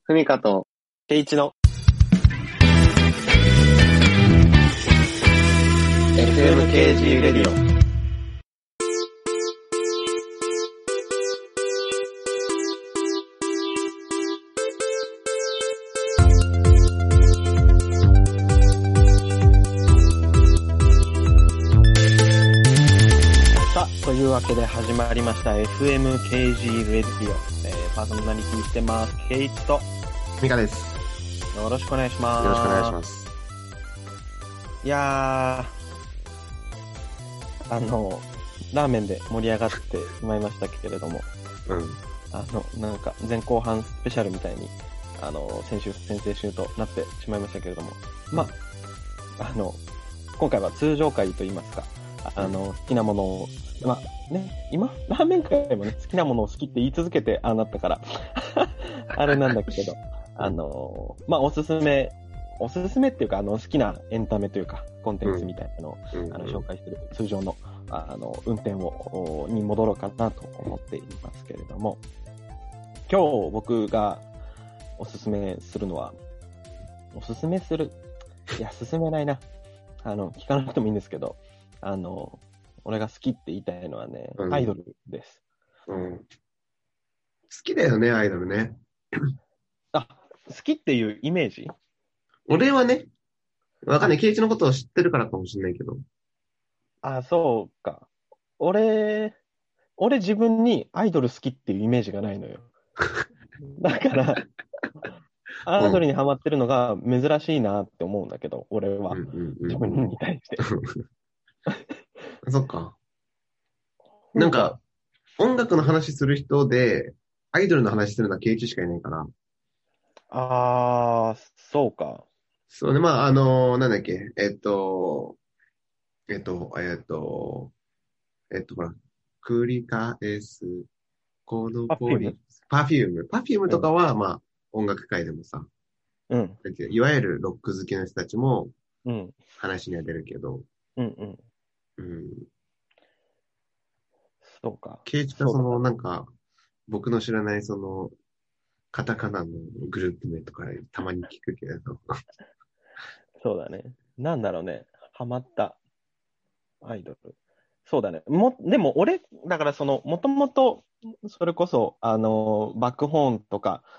ふみかと、 ケイイチの FMKG レディオ。 というわけで始まりました FMKG レディオ、パーソナリティしてますケイイチとミカです。 よろしくお願いします。 よろしくお願いします。 いやー、ラーメンで盛り上がってしまいましたけれども、なんか前後半スペシャルみたいに先々週となってしまいましたけれども、今回は通常回といいますか、好きなものを今ラーメン界もね好きなものを好きって言い続けてああなったからあれなんだけどおすすめっていうか好きなエンタメというかコンテンツみたいなのを、紹介する通常の運転に戻ろうかなと思っていますけれども、今日僕がおすすめするのは進めないな、聞かなくてもいいんですけど、俺が好きって言いたいのはね、アイドルです。 好きだよね、アイドルね。 好きっていうイメージ？ 俺はね、わかんない。ケイイチのことを知ってるからかもしれないけど。 そうか。俺自分にアイドル好きっていうイメージがないのよ。だから、アイドルにハマってるのが珍しいなって思うんだけど、俺は。自分に対して。 そっか。なんか、音楽の話する人で、アイドルの話するのはケイイチしかいないから。 そうか。 そうね、なんだっけ、ほら、繰り返す、このポリ、パフュームとかは、音楽界でもさ、いわゆるロック好きの人たちも、話には出るけど、 そうか。 ケイイチがなんか、僕の知らないカタカナのグループ名とかたまに聞くけれど。 そうだね。なんだろうね。ハマったアイドル。そうだね。でも俺、だからもともと、それこそ、バックホーンとか、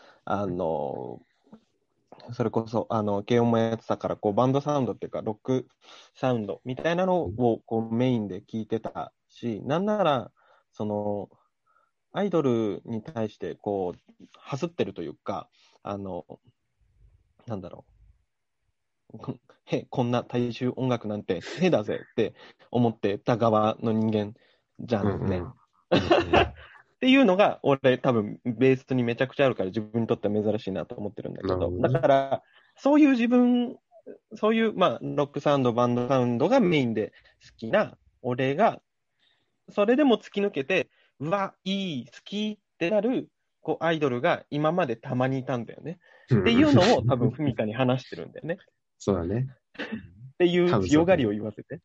それこそ、軽音もやってたから、バンドサウンドっていうか、ロックサウンドみたいなのをメインで聞いてたし、なんなら、アイドルに対して、ハスってるというか、なんだろう。こんな大衆音楽なんてへだぜって思ってた側の人間じゃんね。っていうのが俺多分ベースにめちゃくちゃあるから自分にとっては珍しいなと思ってるんだけど、だからそういうそういうロックサウンド、バンドサウンドがメインで好きな俺がそれでも突き抜けていい好きってなるアイドルが今までたまにいたんだよね。っていうのを多分フミカに話してるんだよね。 そうだね。 っていう強がりを言わせて。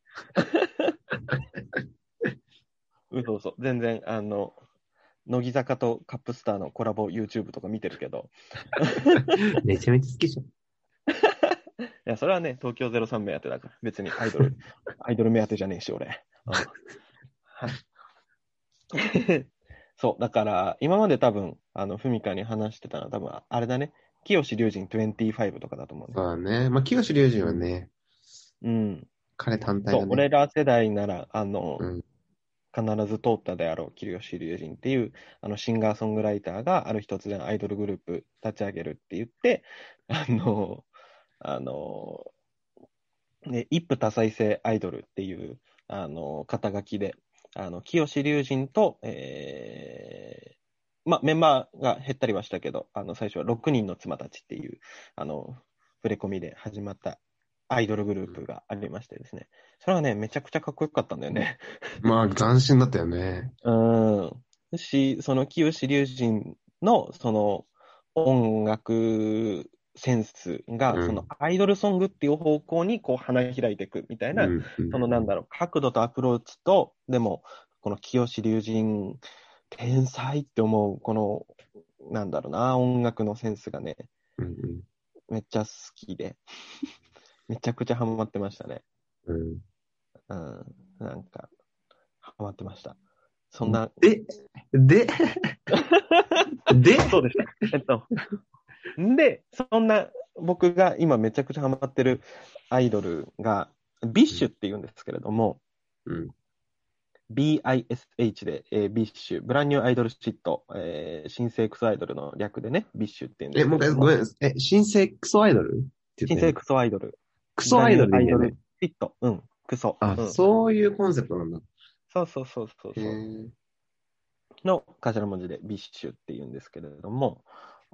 嘘。全然、乃木坂とカップスターのコラボ YouTube とか見てるけど。 めちゃめちゃ好きじゃん。 いや、それはね、東京03目当てだから。別にアイドル目当てじゃねえし、俺。はい。そう、だから、今まで多分、フミカに話してたのは多分、あれだね。清志隆人25とかだと思うね。 そうだね。清志隆人はね、彼単体だね。 そう、俺ら世代なら、必ず通ったであろう、清志隆人っていう、シンガーソングライターがある日突然アイドルグループ立ち上げるって言って、一夫多妻制アイドルっていう、肩書きで、清志隆人と、メンバーが減ったりはしたけど、最初は6人の妻たちっていう、触れ込みで始まったアイドルグループがありましてですね。それはね、めちゃくちゃかっこよかったんだよね。 斬新だったよね。 その清志隆人の、音楽センスが、アイドルソングっていう方向に花開いていくみたいな、角度とアプローチと、でも、この清志隆人、天才って思う、このなんだろうな、音楽のセンスがね、 うん。 めっちゃ好きで、めちゃくちゃハマってましたね。 うん。 うん、なんか、ハマってました。そんな。 で、 そうでした。そんな僕が今めちゃくちゃハマってるアイドルが、ビッシュって言うんですけれども、 うん。 BISH で、ビッシュ、ブランニューアイドルシット、新生クソアイドルの略でね、ビッシュって言うんですもう一回、 けれども、 ごめん。新生クソアイドルって言ってんの？ 新生クソアイドル、 クソアイドルでいいんだよね。 ブランニューアイドルシット、クソ。 あ、そういうコンセプトなんだ。 そうそうそうそうへそう。 ー。 の頭文字でビッシュって言うんですけれども、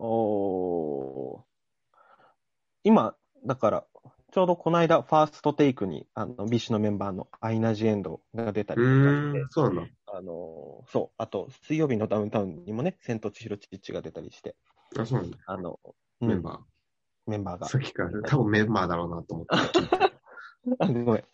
今、だから、ちょうどこの間、ファーストテイクに、ビッシュのメンバーのアイナ・ジ・エンドが出たりとかして、 そうなんだ。 そう、あと、水曜日のダウンタウンにもね、千と千尋チッチが出たりして、 あ、そうなんだ。メンバー。 メンバーが。 さっきから、多分メンバーだろうなと思って聞いて。 ごめん、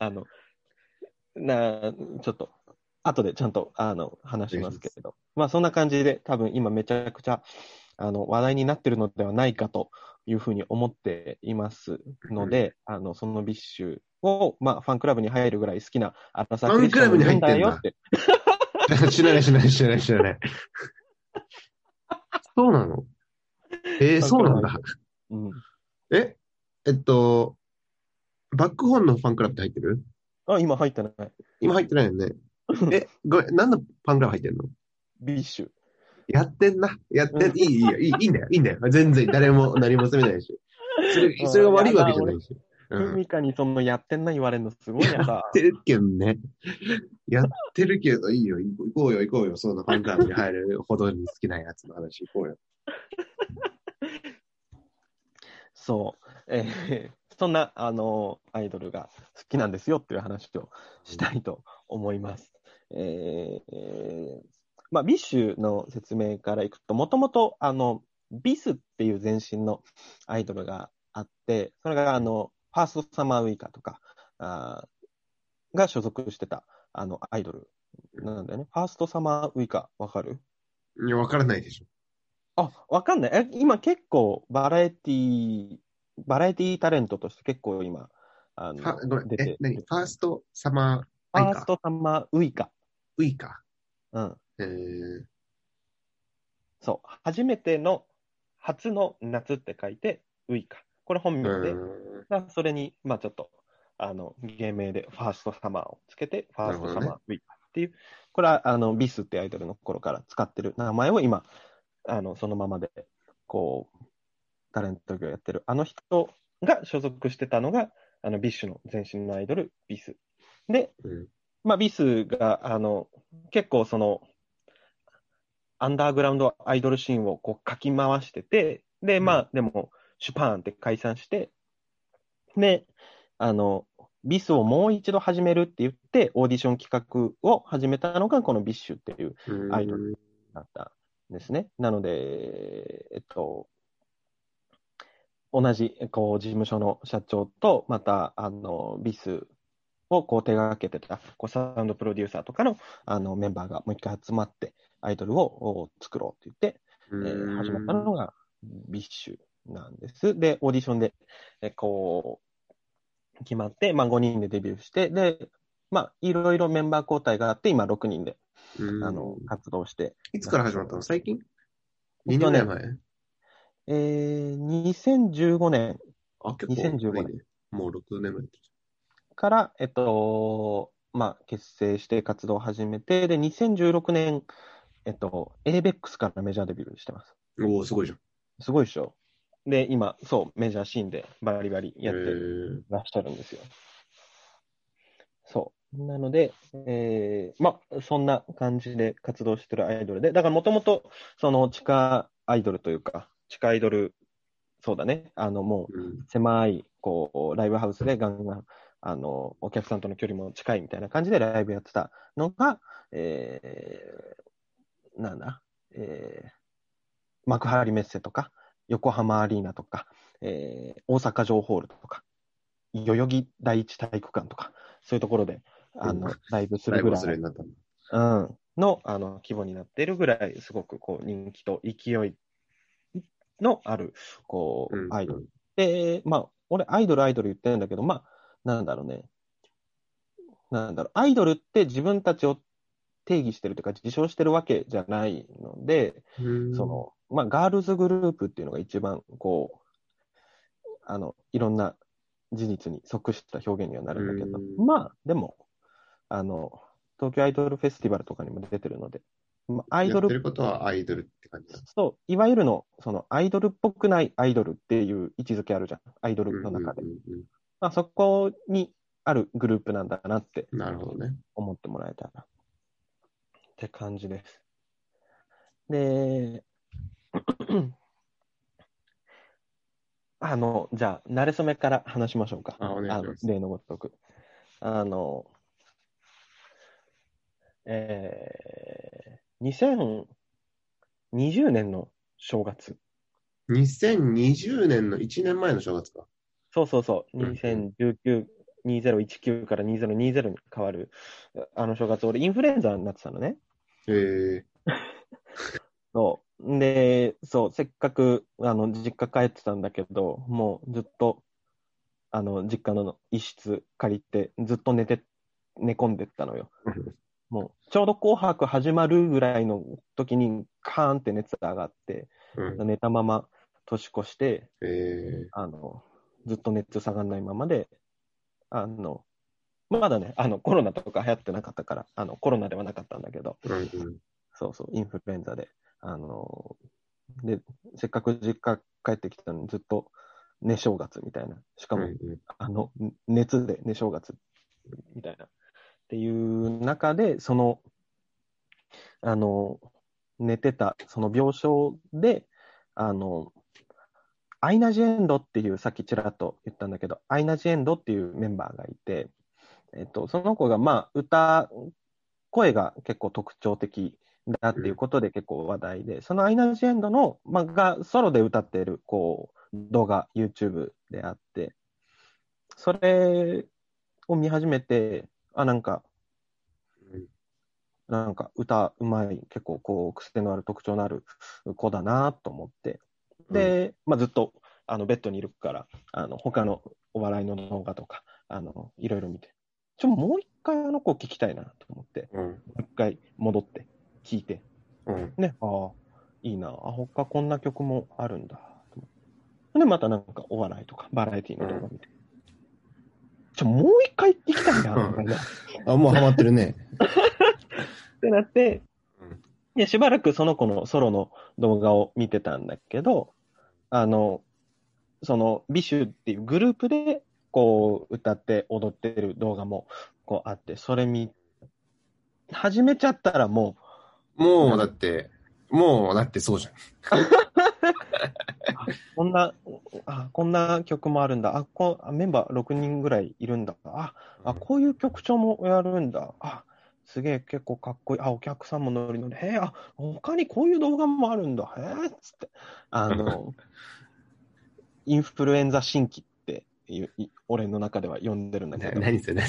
ちょっと、後でちゃんと、話しますけれど。まあ、そんな感じで、多分今めちゃくちゃ、話題になってるのではないかというふうに思っていますので、そのビッシュを、まあ、ファンクラブに入るぐらい好きなアラサークリスチャンもいるんだよって。 知らない。そうなの？そうなんだ。 うん。 バックホーンのファンクラブって入ってる？ 今入ってない。 今入ってないよね。ごめん、何のファンクラブ入ってんの？ ビッシュ。 やってんな。いいんだよ。全然誰も何も責めないし。それが悪いわけじゃないし。 ミカにそのやってんな言われるのすごいやだ。 やってるけどね。やってるけどいいよ。行こうよ。そんなファンクラブに入るほどに好きなやつの話行こうよ。 そう。そんな、アイドルが好きなんですよっていう話をしたいと思います。まあ、ビッシュの説明からいくと、もともと、ビスっていう前身のアイドルがあって、それが、ファーストサマーウイカとかが所属してた、アイドルなんだよね。ファーストサマーウイカ、わかる？ いや、わからないでしょ。 わかんない。今結構バラエティタレントとして結構今、 ごめん、 出て何？ファーストサマーファーストサマーウイカ。 ウイカ。 うん。そう。初の夏って書いて、ウイカ。これ本名で、それに、まあちょっと、芸名でファーストサマーをつけて、ファーストサマーウイカっていう、これは、ビスってアイドルの頃から使ってる名前を今、そのままで、こう、タレント業やってる、あの人が所属してたのが、ビッシュの前身のアイドル、ビス。で、まあ、ビスが、結構アンダーグラウンドアイドルシーンをこうかき回してて、で、まあ、でも、シュパーンって解散して、で、ビスをもう一度始めるって言って、オーディション企画を始めたのが、このビッシュっていうアイドルだったんですね。なので、同じ、事務所の社長と、また、ビスを手掛けてた、サウンドプロデューサーとかの、メンバーがもう一回集まって、アイドルを作ろうって言って、始まったのがビッシュなんです。で、オーディションで、決まって、まあ、5人でデビューして、で、まあ、いろいろメンバー交代があって、今6人で、活動して。 いつから始まったの？最近？ 2 年ぐらい前 ？2015年。 結構2015年。もう6年前から、まあ、結成して活動を始めて、で、2016年、ABEX からメジャーデビューしてます。 おー、すごいじゃん。 すごいでしょ。で、今、そう、メジャーシーンでバリバリやってらっしゃるんですよ。そう。なので、まあ、そんな感じで活動してるアイドルで、だからもともと、地下アイドルというか、地下アイドル、そうだね、もう、狭い、ライブハウスでガンガン、お客さんとの距離も近いみたいな感じでライブやってたのが、なんだ、幕張メッセとか、横浜アリーナとか、大阪城ホールとか、代々木第一体育館とか、そういうところで、ライブするぐらい、の、規模になっているぐらい、すごく人気と勢いのある、こう、アイドル。で、まあ、俺アイドル言ってるんだけど、まあ、なんだろうね。アイドルって自分たちを定義してるというか、自称してるわけじゃないので、まあ、ガールズグループっていうのが一番、こう、いろんな事実に即した表現にはなるんだけど、まあ、でも、東京アイドルフェスティバルとかにも出てるので、まあ、アイドル。 やってることはアイドルって感じだ。 そう、いわゆるの、そのアイドルっぽくないアイドルっていう位置づけあるじゃん。アイドルの中で。まあ、そこにあるグループなんだなって、 なるほどね。 思ってもらえたら。って感じです。で、じゃあ、慣れ初めから話しましょうか。 お願いします。 例のごとく。2020年の正月。 2020年の1年前の正月か。 そうそうそう。2019、2019から2020に変わる、正月、俺インフルエンザになってたのね。そう。で、そう、せっかく、実家帰ってたんだけど、もうずっと、実家の一室借りて、ずっと寝込んでったのよ。もう、ちょうど紅白始まるぐらいの時に、カーンって熱が上がって、寝たまま年越して、ずっと熱下がんないままで、まだね、コロナとか流行ってなかったから、コロナではなかったんだけど、そうそう、インフルエンザで、で、せっかく実家帰ってきたのにずっと寝正月みたいな。しかも、熱で寝正月みたいな。っていう中で、寝てた、その病床で、アイナ・ジ・エンドっていう、さっきちらっと言ったんだけど、アイナ・ジ・エンドっていうメンバーがいて、その子が、まあ、声が結構特徴的だっていうことで結構話題で、そのアイナ・ジ・エンドの、まあ、がソロで歌っている、こう、動画、YouTube であって、それを見始めて、なんか歌うまい、結構こう、癖のある特徴のある子だなと思って。で、まあ、ずっと、ベッドにいるから、他のお笑いの動画とか、いろいろ見て。もう一回あの子聞きたいなと思って、もう一回戻って聞いて。ね、いいな。他こんな曲もあるんだ。で、またなんかお笑いとか、バラエティの動画見て。もう一回聞きたいな、みたいな。 もうハマってるね。 ってなって、しばらくその子のソロの動画を見てたんだけど、そのビシュっていうグループでこう歌って踊ってる動画もこうあって、それ始めちゃったらもうだってそうじゃん。 こんな曲もあるんだ。メンバー6人ぐらいいるんだ。こういう曲調もやるんだ。すげえ結構かっこいい。お客さんもノリノリ。他にこういう動画もあるんだ。つって。インフルエンザ新規って俺の中では呼んでるんだけど。 何それ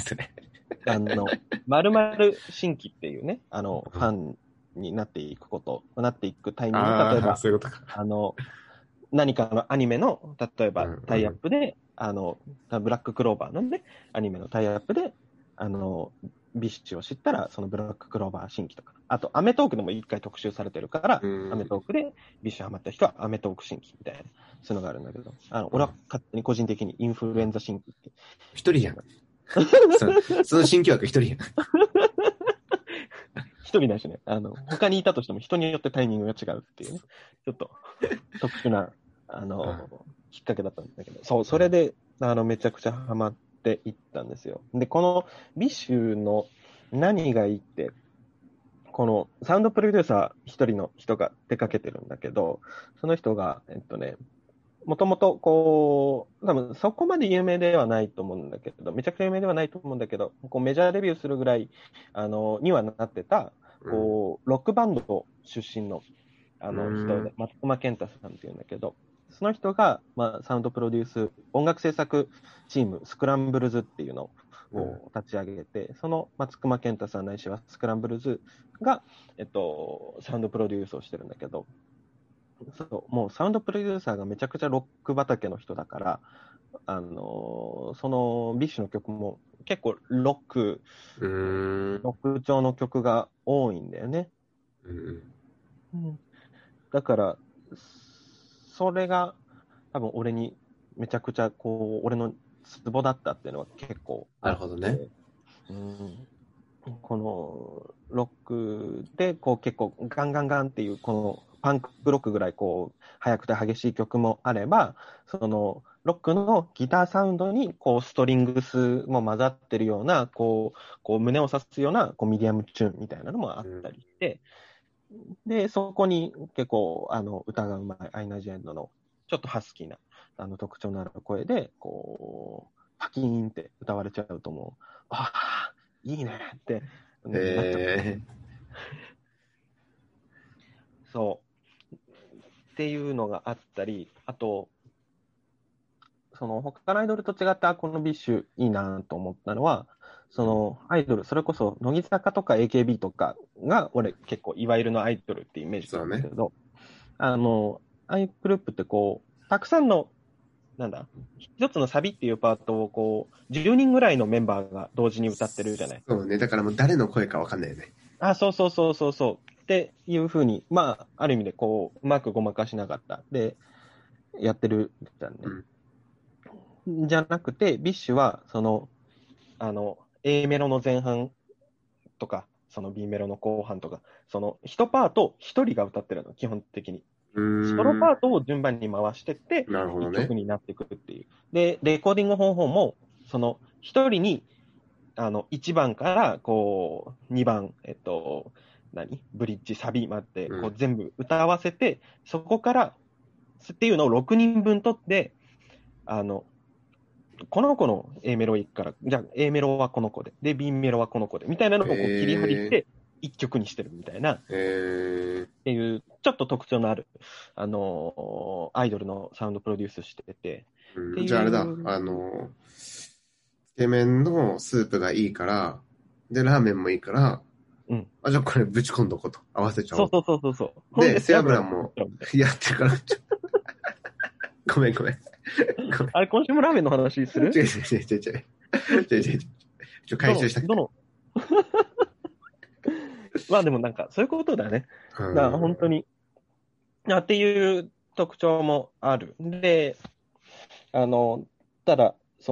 〇〇新規っていうね、ファンになっていくタイミング、例えば、 そういうことか。 何かのアニメの、例えばタイアップで、ブラッククローバーのね、アニメのタイアップで、ビッシュを知ったら、そのブラッククローバー新規とか、あと、アメトークでも一回特集されてるから、アメトークでビッシュハマった人はアメトーク新規みたいな、そういうのがあるんだけど、俺は勝手に個人的にインフルエンザ新規って。 一人やん。その新規枠一人やん。 一人だしね、他にいたとしても人によってタイミングが違うっていうね、ちょっと特殊な、きっかけだったんだけど、そう、それで、めちゃくちゃハマっていったんですよ。で、このビッシュの何がいいって、このサウンドプロデューサー一人の人が手掛けてるんだけど、その人が、もともとこう、多分そこまで有名ではないと思うんだけど、めちゃくちゃ有名ではないと思うんだけど、こうメジャーデビューするぐらい、にはなってた、こう、ロックバンド出身の、人で、松隈健太さんっていうんだけど、その人が、まあ、サウンドプロデュース、音楽制作チーム、スクランブルズっていうのを立ち上げて、その松隈健太さんないしはスクランブルズが、サウンドプロデュースをしてるんだけど、 そう、もうサウンドプロデューサーがめちゃくちゃロック畑の人だから、そのビッシュの曲も結構ロック調の曲が多いんだよね。うん、だから、それが多分俺にめちゃくちゃこう、俺のツボだったっていうのは結構あって。 なるほどね。 うん、このロックでこう結構ガンガンガンっていうこのパンクロックぐらいこう速くて激しい曲もあれば、そのロックのギターサウンドにこうストリングスも混ざってるようなこう胸を刺すようなこうミディアムチューンみたいなのもあったりして、でそこに結構歌がうまいアイナ・ジ・エンドのちょっとハスキーな特徴のある声でこうパキーンって歌われちゃうともうああいいねってなっちゃった。そうっていうのがあったり、あとその他のアイドルと違ったこのビッシュいいなと思ったのは、そのアイドル、それこそ乃木坂とか AKB とかが俺結構いわゆるのアイドルっていうイメージなんだけど、アイグループってこうたくさんのなんだ一つのサビっていうパートをこう10人ぐらいのメンバーが同時に歌ってるじゃない。 そうね、だからもう誰の声かわかんないよね。 そうっていう風にまあある意味でこううまくごまかしなかったでやってるじゃんね。じゃなくて、ビッシュは、A メロの前半とか、その B メロの後半とか、その1パート1人が歌ってるの、基本的に。ソロパートを順番に回してって、1曲になってくるっていう。で、レコーディング方法も、その1人に、1番から、こう、2番、ブリッジ、サビまで、こう全部歌わせて、そこから、っていうのを6人分取って、この子の A メロ行くから、じゃあ A メロはこの子で、で B メロはこの子で、みたいなのをこう切り張りして1曲にしてるみたいな、っていうちょっと特徴のある、アイドルのサウンドプロデュースしてて。 じゃああれだ、つけ麺のスープがいいから、で、ラーメンもいいから、じゃあこれぶち込んどこうと。合わせちゃおう。 そう。 で、背脂もやってるから、ごめん。 あれ、今週もラーメンの話する？ 違う。回収したくて。 まあでもなんか、そういうことだね。だから本当に。っていう特徴もある。で、ただ、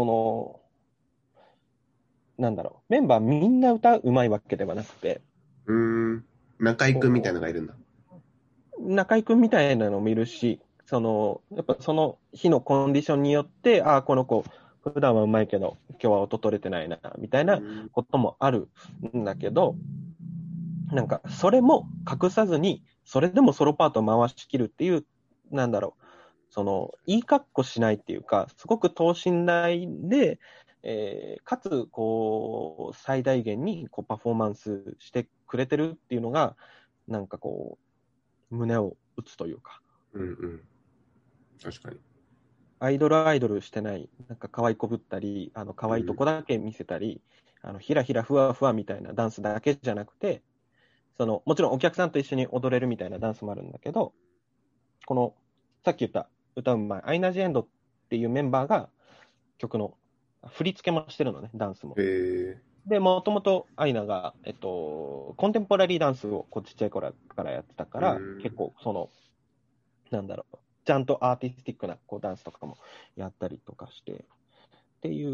なんだろう、メンバーみんな歌うまいわけではなくて。 中井くんみたいなのがいるんだ。 中井くんみたいなのもいるし、やっぱその日のコンディションによって、この子、普段はうまいけど、今日は音取れてないな、みたいなこともあるんだけど、なんか、それも隠さずに、それでもソロパートを回しきるっていう、なんだろう、いい格好しないっていうか、すごく等身大で、かつ、こう、最大限にこうパフォーマンスしてくれてるっていうのが、なんかこう、胸を打つというか。 確かに。 アイドルしてない、なんか可愛いこぶったり、可愛いとこだけ見せたり、ひらひらふわふわみたいなダンスだけじゃなくて、もちろんお客さんと一緒に踊れるみたいなダンスもあるんだけど、この、さっき言った歌うまい、アイナ・ジ・エンドっていうメンバーが曲の振り付けもしてるのね、ダンスも。で、もともとアイナが、コンテンポラリーダンスをちっちゃい頃からやってたから、結構なんだろう、ちゃんとアーティスティックなダンスとかもやったりとかして、っていう、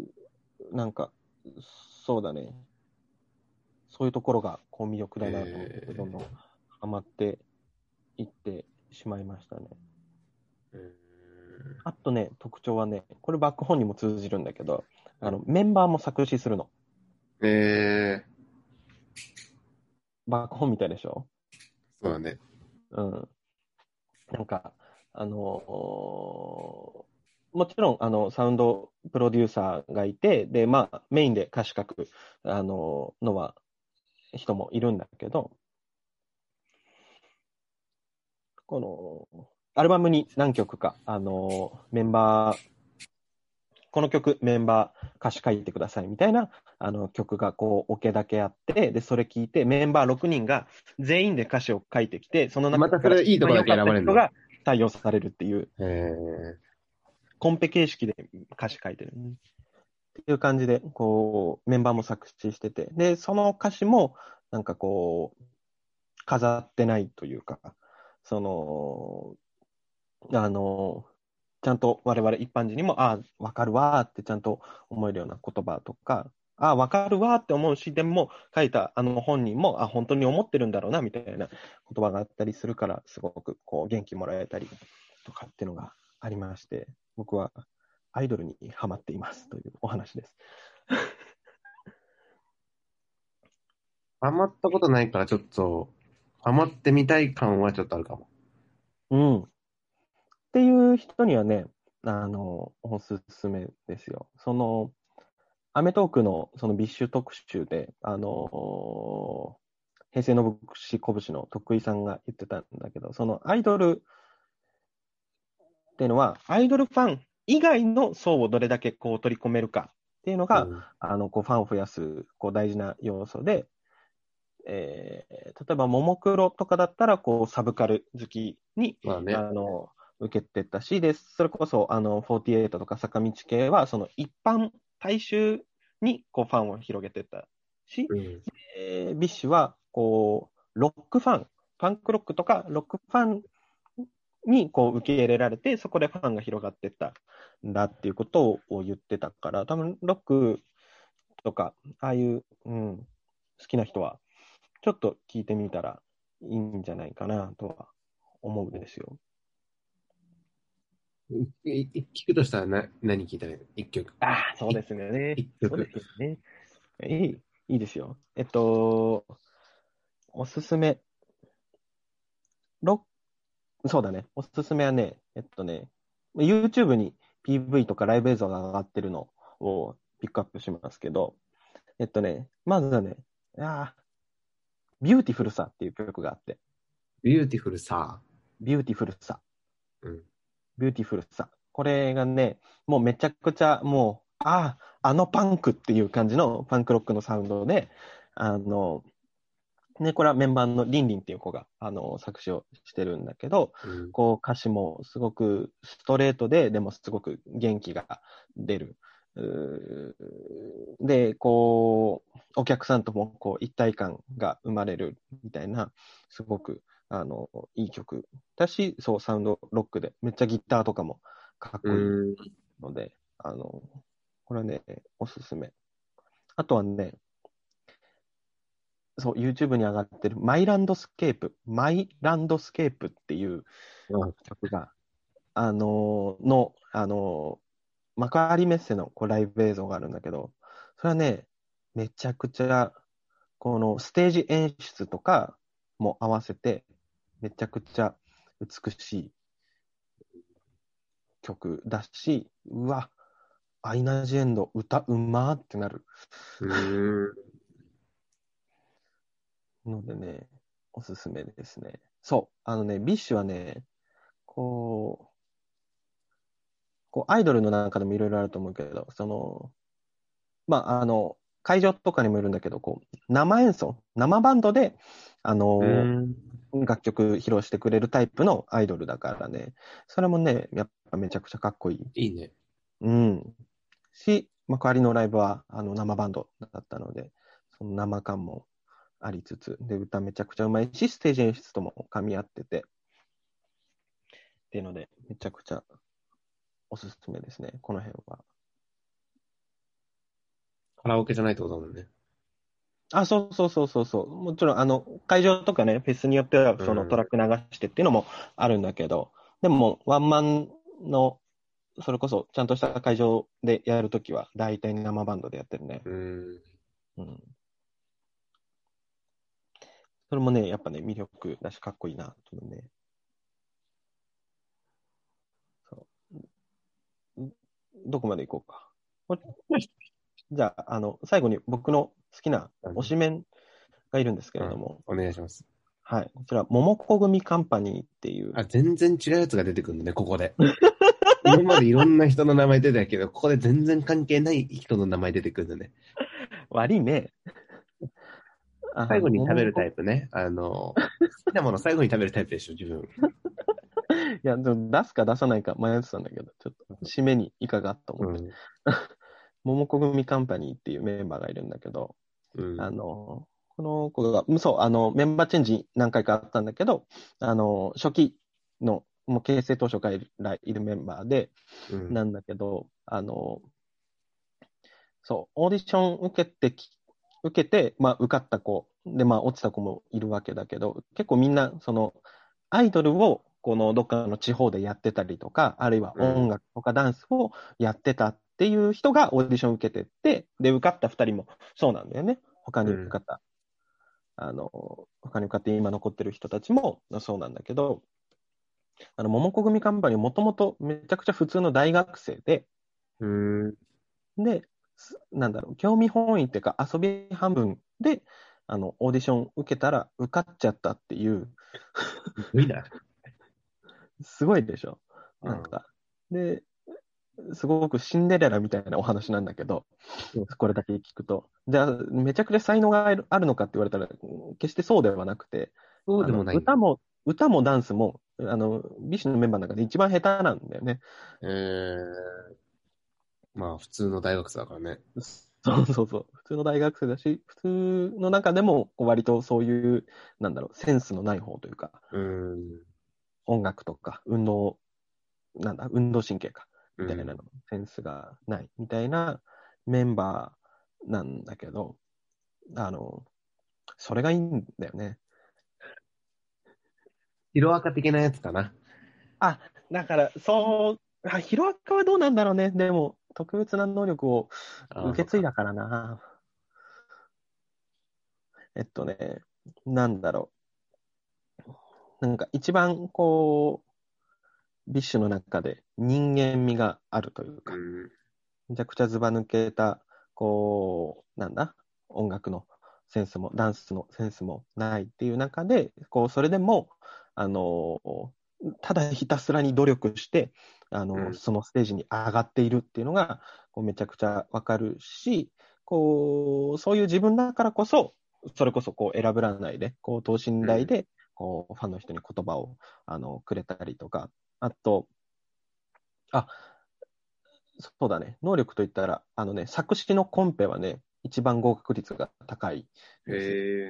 なんか、そうだね。そういうところが魅力だなと思って、どんどんハマっていってしまいましたね。あとね、特徴はね、これバック本にも通じるんだけど、メンバーも作詞するの。バック本みたいでしょ？ そうだね。 なんか、もちろん、サウンドプロデューサーがいて、で、まあ、メインで歌詞書く、のは、人もいるんだけど、この、アルバムに何曲か、メンバー、この曲、メンバー歌詞書いてくださいみたいな曲がこう、オケだけあって、で、それ聞いて、メンバー6人が全員で歌詞を書いてきて、その中からまたそれいいとこだけ選ばれるの人が採用されるっていう、 へコンペ形式で歌詞書いてる、ね。っていう感じで、こう、メンバーも作詞してて、で、その歌詞も、なんかこう、飾ってないというか、その、ちゃんと我々一般人にも、わかるわーってちゃんと思えるような言葉とか、わかるわーって思うし、でも書いた本人も、本当に思ってるんだろうな、みたいな言葉があったりするから、すごくこう元気もらえたりとかっていうのがありまして、僕はアイドルにハマっていますというお話です。 ハマったことないからちょっと、ハマってみたい感はちょっとあるかも。 うん。っていう人にはね、おすすめですよ。アメトーークのそのビッシュ特集で、平成のぶしこぶしの徳井さんが言ってたんだけど、そのアイドルっていうのは、アイドルファン以外の層をどれだけこう取り込めるかっていうのが、こうファンを増やすこう大事な要素で、例えば、ももクロとかだったら、こう、サブカル好きに、受けてたし、で、それこそ、48とか坂道系は、その一般大衆に、こう、ファンを広げてたし、ビッシュは、こう、ロックファン、パンクロックとか、ロックファンに、こう、受け入れられて、そこでファンが広がってったんだっていうことを言ってたから、多分、ロックとか、ああいう、好きな人は、ちょっと聞いてみたらいいんじゃないかなとは思うんですよ。 聞くとしたら何聞いたらいいの？一曲。 そうですね。 一曲。 そうですよね。いいですよ。おすすめ。そうだね。おすすめはね、YouTube に PV とかライブ映像が上がってるのをピックアップしますけど、まずはね、ビューティフルさっていう曲があって。 ビューティフルさ。 ビューティフルさ。 うん。 ビューティフルさ。これがね、もうめちゃくちゃ、もう、パンクっていう感じのパンクロックのサウンドで、これはメンバーのリンリンっていう子が、作詞をしてるんだけど、こう歌詞もすごくストレートで、でもすごく元気が出る。で、こう、お客さんともこう一体感が生まれるみたいな、すごく、いい曲だし、そう、サウンドロックで、めっちゃギターとかもかっこいいので、これはね、おすすめ。あとはね、そう、YouTube に上がってるマイランドスケープっていう曲が、幕張メッセのこうライブ映像があるんだけど、それはね、めちゃくちゃ、このステージ演出とかも合わせて、めちゃくちゃ美しい曲だし、うわ、アイナ・ジ・エンド歌うまーってなる。のでね、おすすめですね。そう、ビッシュはね、こうアイドルの中でもいろいろあると思うけど、会場とかにもいるんだけど、こう、生演奏、生バンドで、楽曲披露してくれるタイプのアイドルだからね、それもね、やっぱめちゃくちゃかっこいい。 いいね。 幕張のライブは生バンドだったので、その生感もありつつ、で、歌めちゃくちゃうまいし、ステージ演出とも噛み合ってて、っていうので、めちゃくちゃおすすめですね、この辺は。 カラオケじゃないってことだもんね。 そう。もちろん、会場とかね、フェスによっては、そのトラック流してっていうのもあるんだけど、でも、ワンマンの、それこそ、ちゃんとした会場でやるときは、大体生バンドでやってるね。それもね、やっぱね、魅力だし、かっこいいな、とね。どこまで行こうか。じゃあ、最後に僕の好きな推しメンがいるんですけれども。 お願いします。 はい。こちら、桃子組カンパニーっていう。 全然違うやつが出てくるんだね、ここで。今までいろんな人の名前出てたけど、ここで全然関係ない人の名前出てくるんだね。 悪いね。 最後に食べるタイプね。好きなもの最後に食べるタイプでしょ、自分。 いや、でも出すか出さないか迷ってたんだけど、ちょっと締めにいかがと思って。桃子組カンパニーっていうメンバーがいるんだけど、この子が、そう、メンバーチェンジ何回かあったんだけど、初期の、もう結成当初からいるメンバーで、なんだけど、そう、オーディション受けて、まあ、受かった子、で、まあ、落ちた子もいるわけだけど、結構みんな、アイドルを、このどっかの地方でやってたりとか、あるいは音楽とかダンスをやってたっていう人がオーディション受けてって、で、受かった2人もそうなんだよね。他に受かった。他に受かって今残ってる人たちもそうなんだけど、桃子組カンパニーもともとめちゃくちゃ普通の大学生で、で、なんだろう、興味本位っていうか遊び半分で、オーディション受けたら受かっちゃったっていう。すごいでしょ。なんか。で、すごくシンデレラみたいなお話なんだけど、これだけ聞くと。じゃあ、めちゃくちゃ才能があるのかって言われたら、決してそうではなくて、 そうでもない。 歌もダンスも、ビッシュのメンバーの中で一番下手なんだよね。 まあ、普通の大学生だからね。 そうそうそう。普通の大学生だし、普通の中でも、割とそういう、なんだろう、センスのない方というか、音楽とか、運動神経か、みたいなの、センスがない、みたいなメンバーなんだけど、それがいいんだよね。 ヒロアカ的なやつかな。 あ、だから、ヒロアカはどうなんだろうね。でも、特別な能力を受け継いだからな。なんだろう。なんか一番ビッシュの中で人間味があるというか、めちゃくちゃずば抜けた、音楽のセンスも、ダンスのセンスもないっていう中で、それでも、ただひたすらに努力して、そのステージに上がっているっていうのが、めちゃくちゃわかるし、そういう自分だからこそ、それこそ選ぶらないで、等身大で、ファンの人に言葉を、くれたりとか、あと、そうだね。能力といったら、作詞のコンペはね、一番合格率が高いです。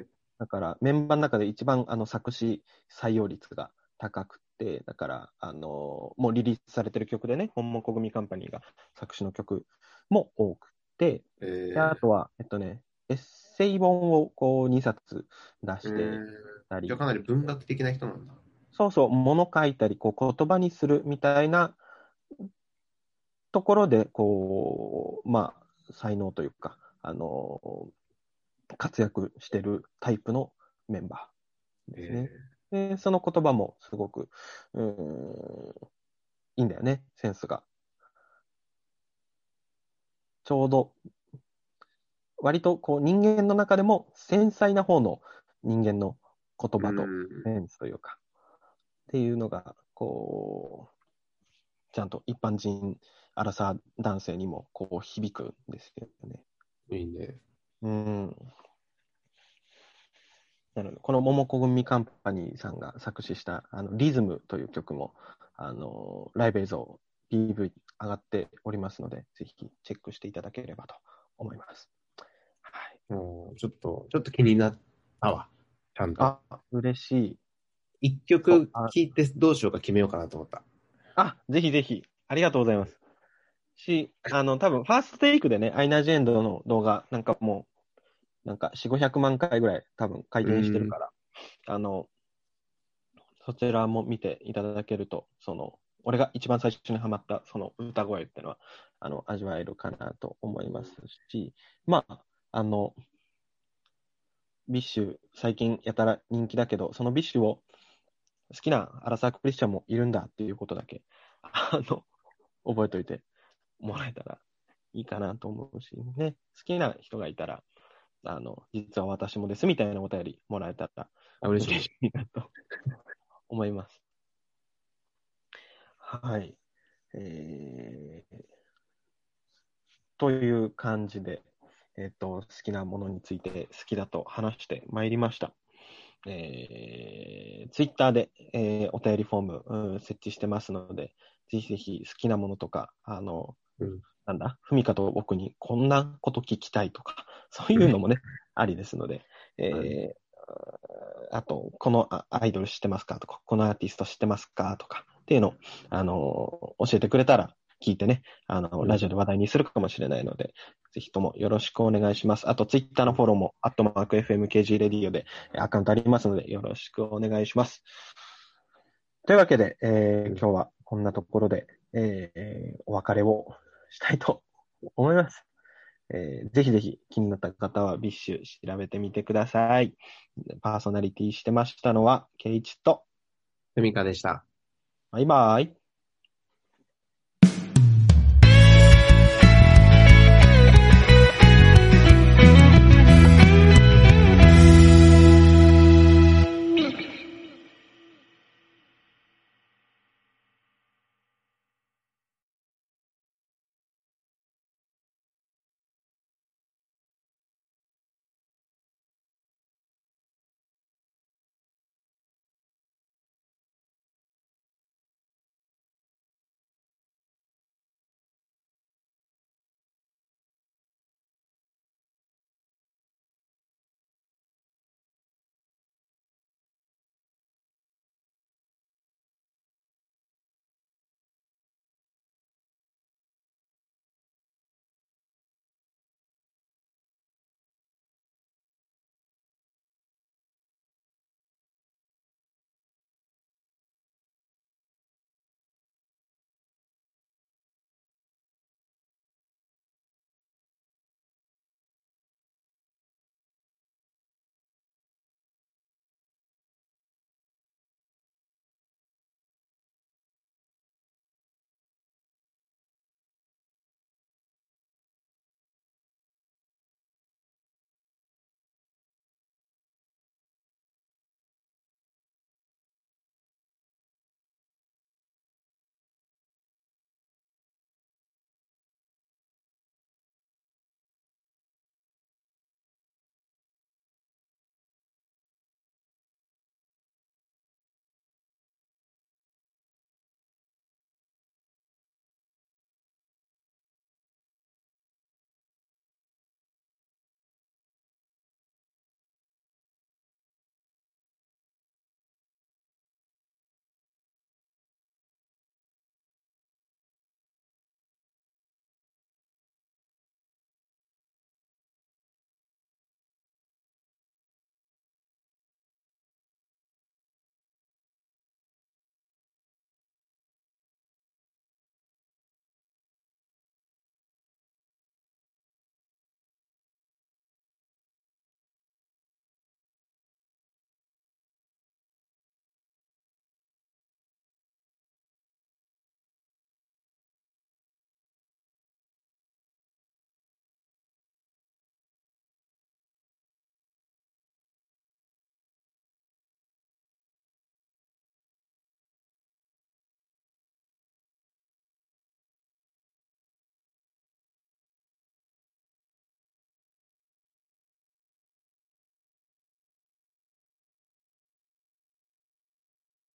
だから、メンバーの中で一番作詞採用率が高くて、だから、もうリリースされてる曲でね、桃子組カンパニーが作詞の曲も多くて、であとは、エッセイ本を2冊出してたり。 じゃあかなり文学的な人なんだ。 そうそう、物書いたり、言葉にするみたいなところで、才能というか、活躍してるタイプのメンバーですね。で、その言葉もすごく、いいんだよね、センスが。ちょうど、割と人間の中でも繊細な方の人間の言葉とセンスというか、っていうのが、ちゃんと一般人、アラサー男性にも響くんですよね。 いいね。 なので、この桃子組カンパニーさんが作詞したリズムという曲も、ライブ映像、PV 上がっておりますので、ぜひチェックしていただければと思います。 はい。ちょっと気になったわ。ちゃんと。 嬉しい。 一曲聴いてどうしようか決めようかなと思った。 ぜひぜひ。ありがとうございます。多分、ファーストテイクでね、アイナ・ジ・エンドの動画、なんかもう、4、500万回ぐらい多分回転してるから、そちらも見ていただけると、俺が一番最初にハマったその歌声っていうのは、味わえるかなと思いますし、ビッシュ、最近やたら人気だけど、そのビッシュを好きなアラサークリスチャンもいるんだっていうことだけ、覚えておいてもらえたらいいかなと思うし、ね、好きな人がいたら、実は私もですみたいなお便りもらえたら嬉しいなと思います。はい。という感じで、 好きなものについて好きだと話してまいりました。ツイッターで、お便りフォーム、設置してますので、ぜひぜひ好きなものとか、なんだ、ふみかと僕にこんなこと聞きたいとか、そういうのもね、ありですので、あと、このアイドル知ってますかとか、このアーティスト知ってますかとか、っていうのを、教えてくれたら聞いてね、ラジオで話題にするかもしれないので、ぜひともよろしくお願いします。あと、ツイッターのフォローも、@FMKG レディオでアカウントありますので、よろしくお願いします。というわけで、今日はこんなところで、お別れをしたいと思います。ぜひぜひ気になった方はビッシュ調べてみてください。パーソナリティしてましたのは、ケイチと、 ふみかでした。 バイバイ。